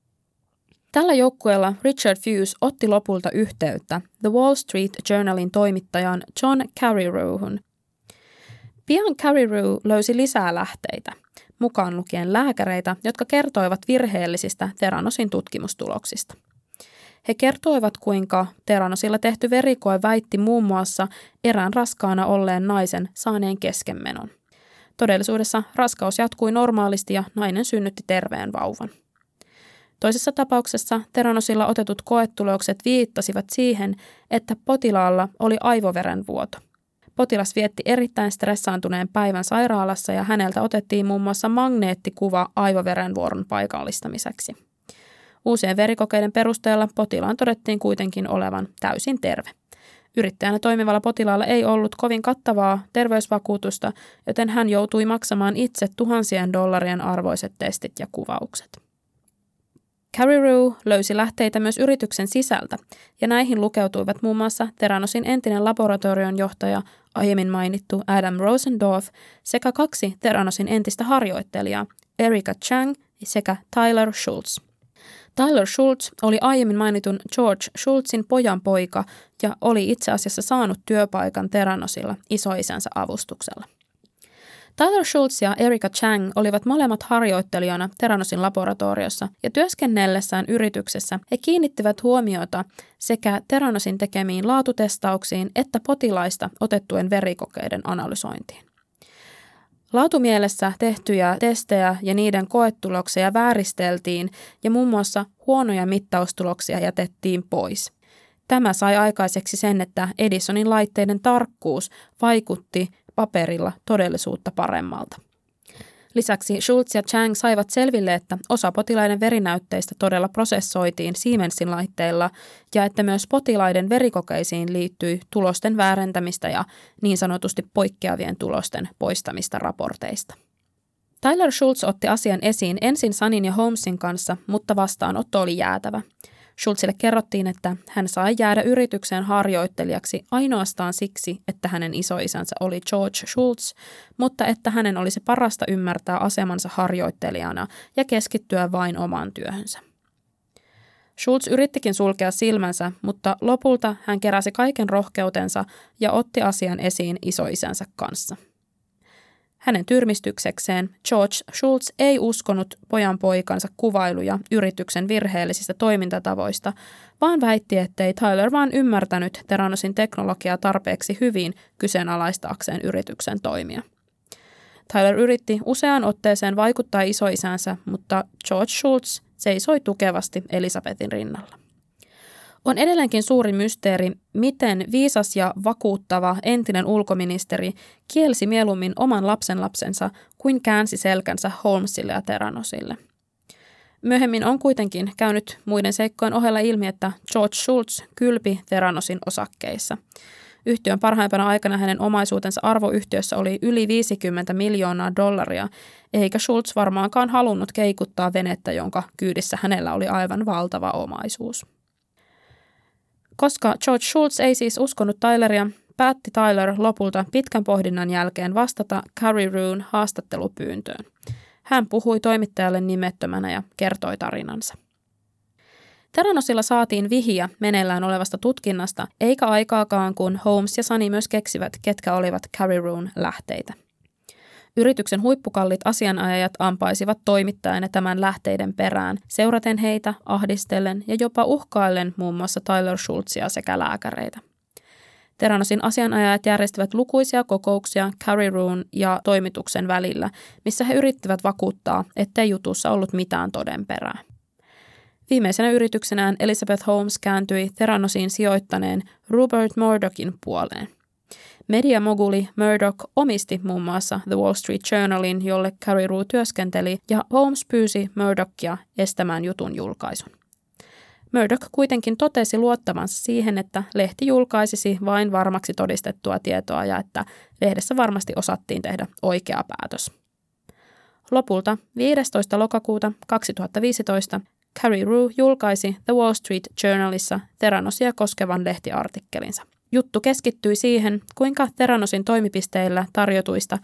Speaker 1: Tällä joukkueella Richard Fuisz otti lopulta yhteyttä The Wall Street Journalin toimittajaan John Carreyrowhun. Pian Carreyrow löysi lisää lähteitä, mukaan lukien lääkäreitä, jotka kertoivat virheellisistä Theranosin tutkimustuloksista. He kertoivat, kuinka Theranosilla tehty verikoe väitti muun muassa erään raskaana olleen naisen saaneen keskenmenon. Todellisuudessa raskaus jatkui normaalisti ja nainen synnytti terveen vauvan. Toisessa tapauksessa Theranosilla otetut koetulokset viittasivat siihen, että potilaalla oli aivoverenvuoto. Potilas vietti erittäin stressaantuneen päivän sairaalassa ja häneltä otettiin muun muassa magneettikuva aivoverenvuoron paikallistamiseksi. Uusien verikokeiden perusteella potilaan todettiin kuitenkin olevan täysin terve. Yrittäjänä toimivalla potilaalla ei ollut kovin kattavaa terveysvakuutusta, joten hän joutui maksamaan itse tuhansien dollarien arvoiset testit ja kuvaukset. Carreyrow löysi lähteitä myös yrityksen sisältä, ja näihin lukeutuivat muun muassa Theranosin entinen laboratorion johtaja, aiemmin mainittu Adam Rosendorf, sekä 2 Theranosin entistä harjoittelijaa, Erica Chang sekä Tyler Schultz. Tyler Schultz oli aiemmin mainitun George Schultzin pojanpoika ja oli itse asiassa saanut työpaikan Theranosilla isoisänsä avustuksella. Tyler Schultz ja Erica Chang olivat molemmat harjoittelijana Theranosin laboratoriossa ja työskennellessään yrityksessä he kiinnittivät huomiota sekä Theranosin tekemiin laatutestauksiin että potilaista otettujen verikokeiden analysointiin. Laatumielessä tehtyjä testejä ja niiden koetuloksia vääristeltiin ja muun muassa huonoja mittaustuloksia jätettiin pois. Tämä sai aikaiseksi sen, että Edisonin laitteiden tarkkuus vaikutti paperilla todellisuutta paremmalta. Lisäksi Schultz ja Chang saivat selville, että osa potilaiden verinäytteistä todella prosessoitiin Siemensin laitteilla ja että myös potilaiden verikokeisiin liittyi tulosten väärentämistä ja niin sanotusti poikkeavien tulosten poistamista raporteista. Tyler Schultz otti asian esiin ensin Sunin ja Holmesin kanssa, mutta vastaanotto oli jäätävä. Schultzille kerrottiin, että hän sai jäädä yritykseen harjoittelijaksi ainoastaan siksi, että hänen isoisänsä oli George Schultz, mutta että hänen olisi parasta ymmärtää asemansa harjoittelijana ja keskittyä vain omaan työhönsä. Schultz yrittikin sulkea silmänsä, mutta lopulta hän keräsi kaiken rohkeutensa ja otti asian esiin isoisänsä kanssa. Hänen tyrmistyksekseen George Schultz ei uskonut pojanpoikansa kuvailuja yrityksen virheellisistä toimintatavoista, vaan väitti, ettei Tyler vaan ymmärtänyt Theranosin teknologiaa tarpeeksi hyvin kyseenalaistaakseen yrityksen toimia. Tyler yritti useaan otteeseen vaikuttaa isoisänsä, mutta George Schultz seisoi tukevasti Elizabethin rinnalla. On edelleenkin suuri mysteeri, miten viisas ja vakuuttava entinen ulkoministeri kielsi mieluummin oman lapsenlapsensa kuin käänsi selkänsä Holmesille ja Theranosille. Myöhemmin on kuitenkin käynyt muiden seikkojen ohella ilmi, että George Shultz kylpi Theranosin osakkeissa. Yhtiön parhaimpana aikana hänen omaisuutensa arvo yhtiössä oli yli $50 miljoonaa, eikä Shultz varmaankaan halunnut keikuttaa venettä, jonka kyydissä hänellä oli aivan valtava omaisuus. Koska George Shultz ei siis uskonut Tyleria, päätti Tyler lopulta pitkän pohdinnan jälkeen vastata Carrie Roon haastattelupyyntöön. Hän puhui toimittajalle nimettömänä ja kertoi tarinansa. Theranosilla saatiin vihiä meneillään olevasta tutkinnasta, eikä aikaakaan kun Holmes ja Sunny myös keksivät, ketkä olivat Carrie Roon lähteitä. Yrityksen huippukallit asianajajat ampaisivat toimittajana tämän lähteiden perään, seuraten heitä, ahdistellen ja jopa uhkaillen muun muassa Tyler Shultzia sekä lääkäreitä. Theranosin asianajajat järjestivät lukuisia kokouksia Carrie Roon ja toimituksen välillä, missä he yrittivät vakuuttaa, ettei jutussa ollut mitään todenperää. Viimeisenä yrityksenään Elizabeth Holmes kääntyi Theranosiin sijoittaneen Rupert Murdochin puoleen. Mediamoguli Murdoch omisti muun muassa The Wall Street Journalin, jolle Carrie Roon työskenteli, ja Holmes pyysi Murdochia estämään jutun julkaisun. Murdoch kuitenkin totesi luottavansa siihen, että lehti julkaisisi vain varmaksi todistettua tietoa ja että lehdessä varmasti osattiin tehdä oikea päätös. Lopulta 15. lokakuuta 2015 Carrie Roon julkaisi The Wall Street Journalissa Theranosia koskevan lehtiartikkelinsa. Juttu keskittyi siihen, kuinka Theranosin toimipisteillä tarjotuista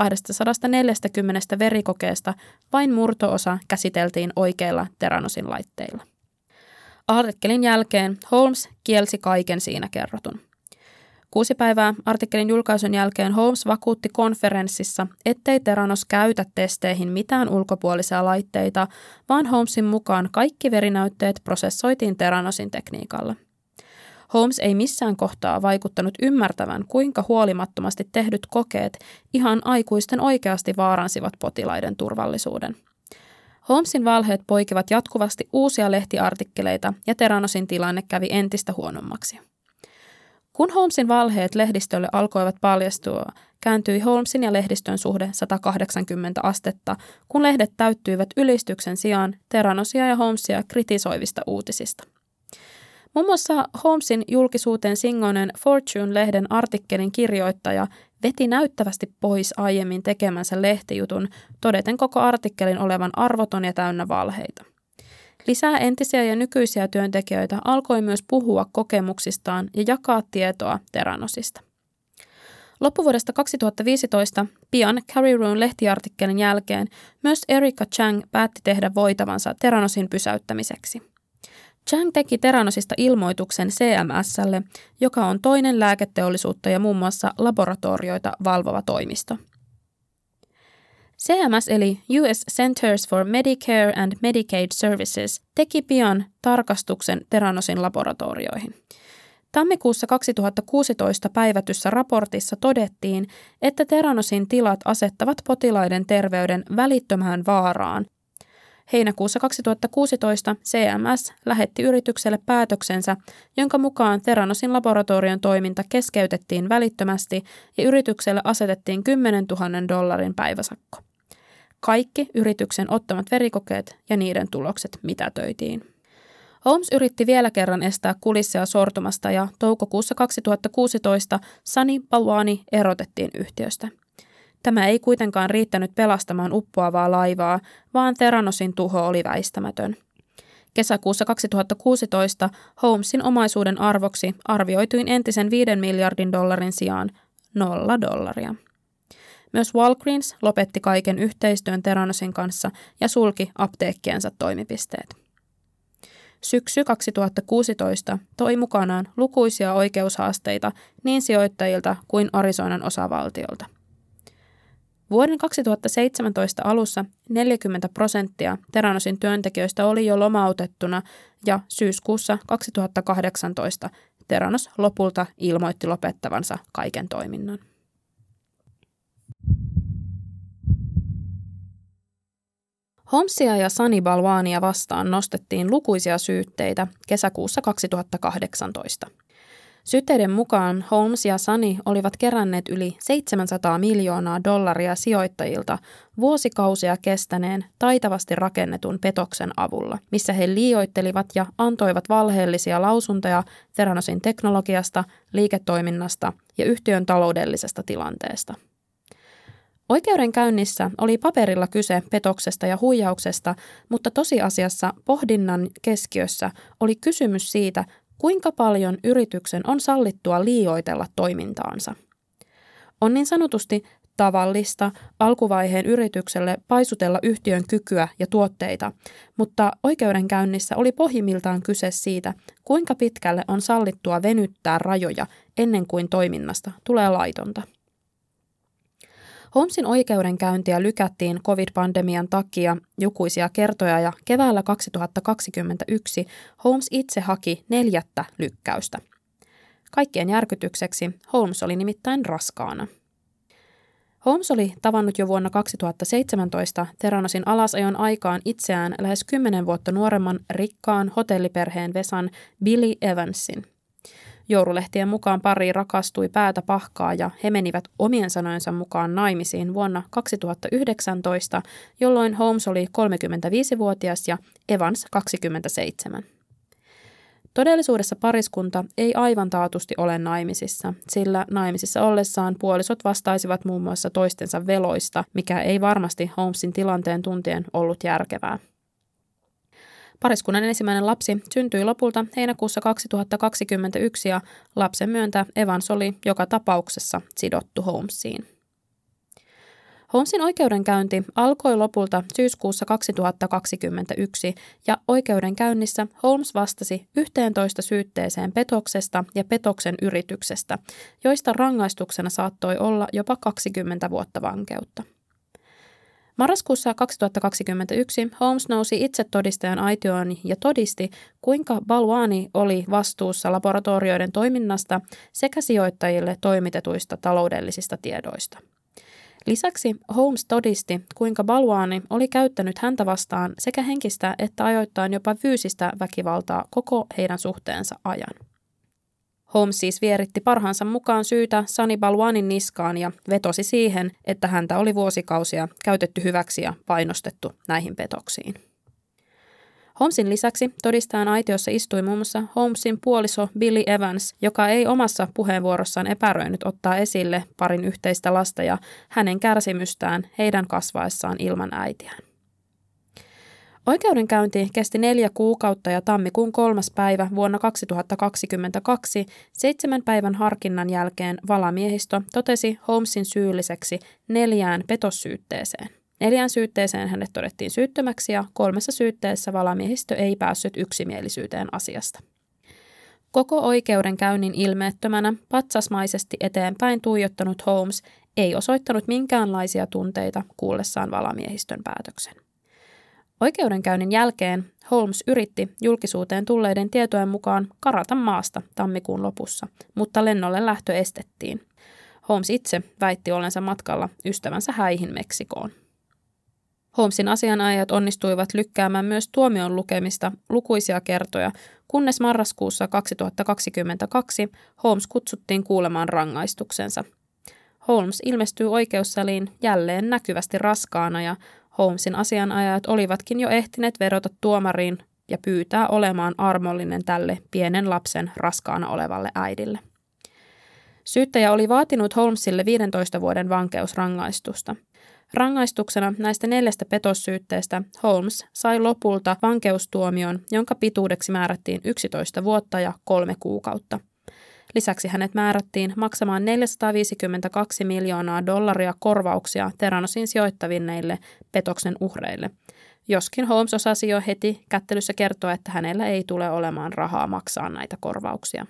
Speaker 1: 240 verikokeesta vain murto-osa käsiteltiin oikeilla Theranosin laitteilla. Artikkelin jälkeen Holmes kielsi kaiken siinä kerrotun. 6 päivää artikkelin julkaisun jälkeen Holmes vakuutti konferenssissa, ettei Theranos käytä testeihin mitään ulkopuolisia laitteita, vaan Holmesin mukaan kaikki verinäytteet prosessoitiin Theranosin tekniikalla. Holmes ei missään kohtaa vaikuttanut ymmärtävän, kuinka huolimattomasti tehdyt kokeet ihan aikuisten oikeasti vaaransivat potilaiden turvallisuuden. Holmesin valheet poikivat jatkuvasti uusia lehtiartikkeleita ja Theranosin tilanne kävi entistä huonommaksi. Kun Holmesin valheet lehdistölle alkoivat paljastua, kääntyi Holmesin ja lehdistön suhde 180 astetta, kun lehdet täyttyivät ylistyksen sijaan Theranosia ja Holmesia kritisoivista uutisista. Muun muassa Holmesin julkisuuteen singoinen Fortune-lehden artikkelin kirjoittaja veti näyttävästi pois aiemmin tekemänsä lehtijutun, todeten koko artikkelin olevan arvoton ja täynnä valheita. Lisää entisiä ja nykyisiä työntekijöitä alkoi myös puhua kokemuksistaan ja jakaa tietoa Theranosista. Loppuvuodesta 2015, pian Carrie Roon lehtiartikkelin jälkeen, myös Erica Chang päätti tehdä voitavansa Theranosin pysäyttämiseksi. Chang teki Theranosista ilmoituksen CMS:lle, joka on toinen lääketeollisuutta ja muun muassa laboratorioita valvova toimisto. CMS eli US Centers for Medicare and Medicaid Services teki pian tarkastuksen Theranosin laboratorioihin. Tammikuussa 2016 päivätyssä raportissa todettiin, että Theranosin tilat asettavat potilaiden terveyden välittömään vaaraan. Heinäkuussa 2016 CMS lähetti yritykselle päätöksensä, jonka mukaan Theranosin laboratorion toiminta keskeytettiin välittömästi ja yritykselle asetettiin $10,000 päiväsakko. Kaikki yrityksen ottamat verikokeet ja niiden tulokset mitätöitiin. Holmes yritti vielä kerran estää kulisseja sortumasta ja toukokuussa 2016 Sunny Balwani erotettiin yhtiöstä. Tämä ei kuitenkaan riittänyt pelastamaan uppoavaa laivaa, vaan Theranosin tuho oli väistämätön. Kesäkuussa 2016 Holmesin omaisuuden arvoksi arvioituin entisen $5 miljardin sijaan $0. Myös Walgreens lopetti kaiken yhteistyön Theranosin kanssa ja sulki apteekkiensa toimipisteet. Syksy 2016 toi mukanaan lukuisia oikeushaasteita niin sijoittajilta kuin Arizonan osavaltiolta. Vuoden 2017 alussa 40% Theranosin työntekijöistä oli jo lomautettuna ja syyskuussa 2018 Theranos lopulta ilmoitti lopettavansa kaiken toiminnan. Holmesia ja Sunny Balwania vastaan nostettiin lukuisia syytteitä kesäkuussa 2018. Syytteiden mukaan Holmes ja Sunny olivat keränneet yli $700 miljoonaa sijoittajilta vuosikausia kestäneen taitavasti rakennetun petoksen avulla, missä he liioittelivat ja antoivat valheellisia lausuntoja Theranosin teknologiasta, liiketoiminnasta ja yhtiön taloudellisesta tilanteesta. Oikeudenkäynnissä oli paperilla kyse petoksesta ja huijauksesta, mutta tosiasiassa pohdinnan keskiössä oli kysymys siitä, kuinka paljon yrityksen on sallittua liioitella toimintaansa. On niin sanotusti tavallista alkuvaiheen yritykselle paisutella yhtiön kykyä ja tuotteita, mutta oikeudenkäynnissä oli pohjimmiltaan kyse siitä, kuinka pitkälle on sallittua venyttää rajoja ennen kuin toiminnasta tulee laitonta. Holmesin oikeudenkäyntiä lykättiin COVID-pandemian takia lukuisia kertoja ja keväällä 2021 Holmes itse haki 4. lykkäystä. Kaikkien järkytykseksi Holmes oli nimittäin raskaana. Holmes oli tavannut jo vuonna 2017 Theranosin alasajon aikaan itseään lähes 10 vuotta nuoremman rikkaan hotelliperheen vesan Billy Evansin. Joululehtien mukaan pari rakastui päätä pahkaa ja he menivät omien sanojensa mukaan naimisiin vuonna 2019, jolloin Holmes oli 35-vuotias ja Evans 27. Todellisuudessa pariskunta ei aivan taatusti ole naimisissa, sillä naimisissa ollessaan puolisot vastaisivat muun muassa toistensa veloista, mikä ei varmasti Holmesin tilanteen tuntien ollut järkevää. Pariskunnan ensimmäinen lapsi syntyi lopulta heinäkuussa 2021 ja lapsen myöntä Evans oli joka tapauksessa sidottu Holmesiin. Holmesin oikeudenkäynti alkoi lopulta syyskuussa 2021 ja oikeudenkäynnissä Holmes vastasi 11 syytteeseen petoksesta ja petoksen yrityksestä, joista rangaistuksena saattoi olla jopa 20 vuotta vankeutta. Marraskuussa 2021 Holmes nousi itse todistajan aitioon ja todisti, kuinka Balwani oli vastuussa laboratorioiden toiminnasta sekä sijoittajille toimitetuista taloudellisista tiedoista. Lisäksi Holmes todisti, kuinka Balwani oli käyttänyt häntä vastaan sekä henkistä että ajoittain jopa fyysistä väkivaltaa koko heidän suhteensa ajan. Holmes siis vieritti parhaansa mukaan syytä Sunny Balwanin niskaan ja vetosi siihen, että häntä oli vuosikausia käytetty hyväksi ja painostettu näihin petoksiin. Holmesin lisäksi todistajan aitiossa istui muun muassa Holmesin puoliso Billy Evans, joka ei omassa puheenvuorossaan epäröinyt ottaa esille parin yhteistä lasta ja hänen kärsimystään heidän kasvaessaan ilman äitiään. Oikeudenkäynti kesti 4 kuukautta ja tammikuun 3. päivä vuonna 2022 7 päivän harkinnan jälkeen valamiehistö totesi Holmesin syylliseksi 4 petossyytteeseen. 4 syytteeseen hänet todettiin syyttömäksi ja 3 syytteessä valamiehistö ei päässyt yksimielisyyteen asiasta. Koko oikeudenkäynnin ilmeettömänä, patsasmaisesti eteenpäin tuijottanut Holmes ei osoittanut minkäänlaisia tunteita kuullessaan valamiehistön päätöksen. Oikeudenkäynnin jälkeen Holmes yritti julkisuuteen tulleiden tietojen mukaan karata maasta tammikuun lopussa, mutta lennolle lähtö estettiin. Holmes itse väitti ollensa matkalla ystävänsä häihin Meksikoon. Holmesin asianajajat onnistuivat lykkäämään myös tuomion lukemista lukuisia kertoja, kunnes marraskuussa 2022 Holmes kutsuttiin kuulemaan rangaistuksensa. Holmes ilmestyi oikeussaliin jälleen näkyvästi raskaana ja Holmesin asianajajat olivatkin jo ehtineet vedota tuomariin ja pyytää olemaan armollinen tälle pienen lapsen raskaana olevalle äidille. Syyttäjä oli vaatinut Holmesille 15 vuoden vankeusrangaistusta. Rangaistuksena näistä 4 petossyytteestä Holmes sai lopulta vankeustuomion, jonka pituudeksi määrättiin 11 vuotta ja 3 kuukautta. Lisäksi hänet määrättiin maksamaan $452 miljoonaa korvauksia Theranosin sijoittavineille petoksen uhreille, joskin Holmes osasi jo heti kättelyssä kertoa, että hänellä ei tule olemaan rahaa maksaa näitä korvauksia.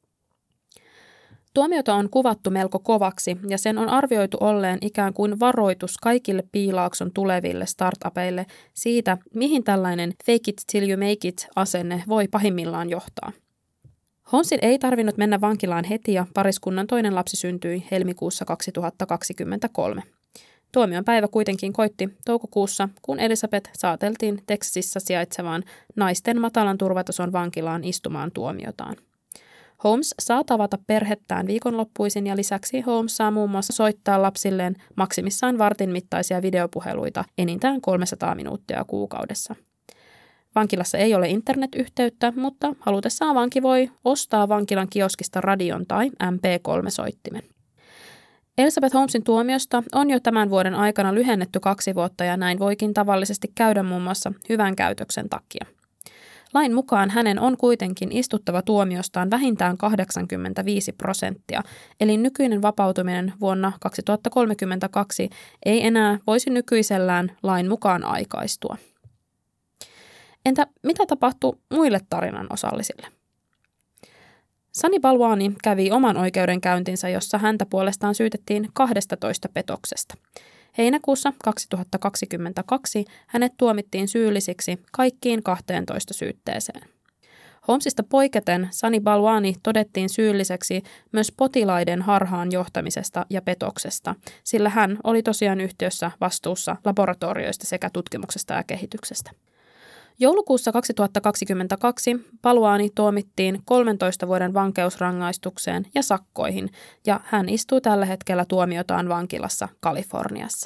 Speaker 1: Tuomiota on kuvattu melko kovaksi ja sen on arvioitu olleen ikään kuin varoitus kaikille Piilaakson tuleville startupeille siitä, mihin tällainen fake it till you make it -asenne voi pahimmillaan johtaa. Holmesin ei tarvinnut mennä vankilaan heti ja pariskunnan toinen lapsi syntyi helmikuussa 2023. Tuomion päivä kuitenkin koitti toukokuussa, kun Elizabeth saateltiin Texasissa sijaitsevaan naisten matalan turvatason vankilaan istumaan tuomiotaan. Holmes saa tavata perhettään viikonloppuisin ja lisäksi Holmes saa muun muassa soittaa lapsilleen maksimissaan vartin mittaisia videopuheluita enintään 300 minuuttia kuukaudessa. Vankilassa ei ole internetyhteyttä, mutta halutessaan vanki voi ostaa vankilan kioskista radion tai MP3-soittimen. Elizabeth Holmesin tuomiosta on jo tämän vuoden aikana lyhennetty 2 vuotta ja näin voikin tavallisesti käydä muun muassa hyvän käytöksen takia. Lain mukaan hänen on kuitenkin istuttava tuomiostaan vähintään 85%, eli nykyinen vapautuminen vuonna 2032 ei enää voisi nykyisellään lain mukaan aikaistua. Entä mitä tapahtui muille tarinan osallisille? Sunny Balwani kävi oman oikeudenkäyntinsä, jossa häntä puolestaan syytettiin 12 petoksesta. Heinäkuussa 2022 hänet tuomittiin syyllisiksi kaikkiin 12 syytteeseen. Holmesista poiketen Sunny Balwani todettiin syylliseksi myös potilaiden harhaan johtamisesta ja petoksesta, sillä hän oli tosiaan yhtiössä vastuussa laboratorioista sekä tutkimuksesta ja kehityksestä. Joulukuussa 2022 Balwani tuomittiin 13 vuoden vankeusrangaistukseen ja sakkoihin, ja hän istuu tällä hetkellä tuomiotaan vankilassa Kaliforniassa.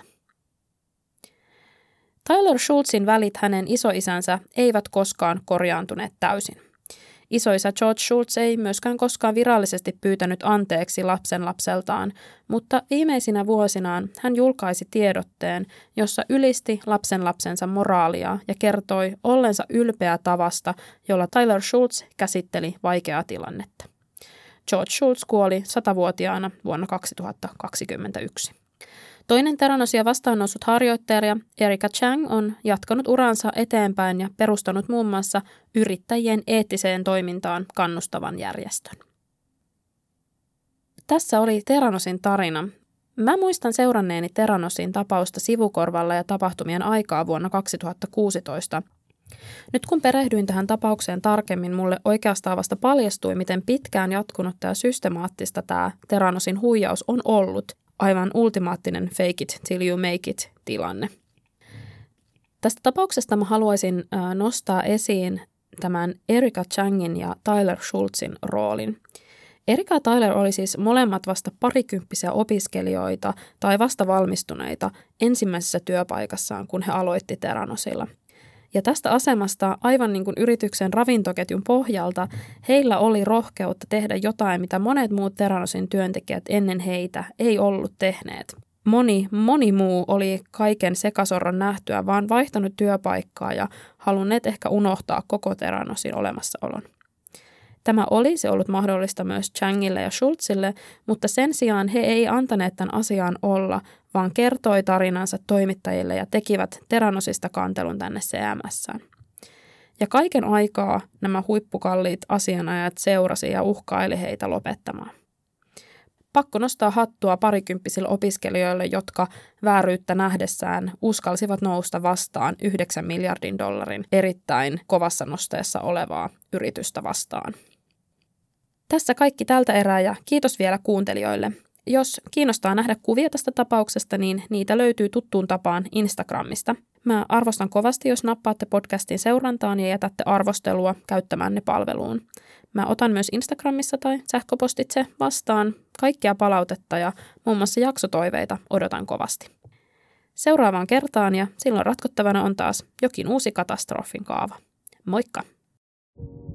Speaker 1: Tyler Schultzin välit hänen isoisänsä eivät koskaan korjaantuneet täysin. Isoisä George Schultz ei myöskään koskaan virallisesti pyytänyt anteeksi lapsenlapseltaan, mutta viimeisinä vuosinaan hän julkaisi tiedotteen, jossa ylisti lapsenlapsensa moraalia ja kertoi ollensa ylpeä tavasta, jolla Tyler Schultz käsitteli vaikeaa tilannetta. George Schultz kuoli 100-vuotiaana vuonna 2021. Toinen Teranosia vastaan noussut harjoittaja Erica Chang on jatkanut uransa eteenpäin ja perustanut muun muassa yrittäjien eettiseen toimintaan kannustavan järjestön. Tässä oli Teranosin tarina. Mä muistan seuranneeni Teranosin tapausta sivukorvalla ja tapahtumien aikaa vuonna 2016. Nyt kun perehdyin tähän tapaukseen tarkemmin, mulle oikeastaan vasta paljastui, miten pitkään jatkunutta ja systemaattista tämä Teranosin huijaus on ollut. Aivan ultimaattinen fake it till you make it -tilanne. Tästä tapauksesta mä haluaisin nostaa esiin tämän Erica Changin ja Tyler Schultzin roolin. Erica ja Tyler oli siis molemmat vasta parikymppisiä opiskelijoita tai vasta valmistuneita ensimmäisessä työpaikassaan, kun he aloitti Theranosilla. Ja tästä asemasta, aivan niin kuin yrityksen ravintoketjun pohjalta, heillä oli rohkeutta tehdä jotain, mitä monet muut Theranosin työntekijät ennen heitä ei ollut tehneet. Moni muu oli kaiken sekasorron nähtyä, vaan vaihtanut työpaikkaa ja halunneet ehkä unohtaa koko Theranosin olemassaolon. Tämä olisi ollut mahdollista myös Changille ja Schultzille, mutta sen sijaan he ei antaneet tämän asian olla, vaan kertoi tarinansa toimittajille ja tekivät Theranosista kantelun tänne CMS:ään. Ja kaiken aikaa nämä huippukalliit asianajat seurasi ja uhkaili heitä lopettamaan. Pakko nostaa hattua parikymppisille opiskelijoille, jotka vääryyttä nähdessään uskalsivat nousta vastaan $9 miljardin erittäin kovassa nosteessa olevaa yritystä vastaan. Tässä kaikki tältä erää ja kiitos vielä kuuntelijoille. Jos kiinnostaa nähdä kuvia tästä tapauksesta, niin niitä löytyy tuttuun tapaan Instagramista. Mä arvostan kovasti, jos nappaatte podcastin seurantaan ja jätätte arvostelua käyttämänne palveluun. Mä otan myös Instagramissa tai sähköpostitse vastaan kaikkia palautetta ja muun muassa jaksotoiveita odotan kovasti. Seuraavaan kertaan ja silloin ratkottavana on taas jokin uusi katastrofin kaava. Moikka!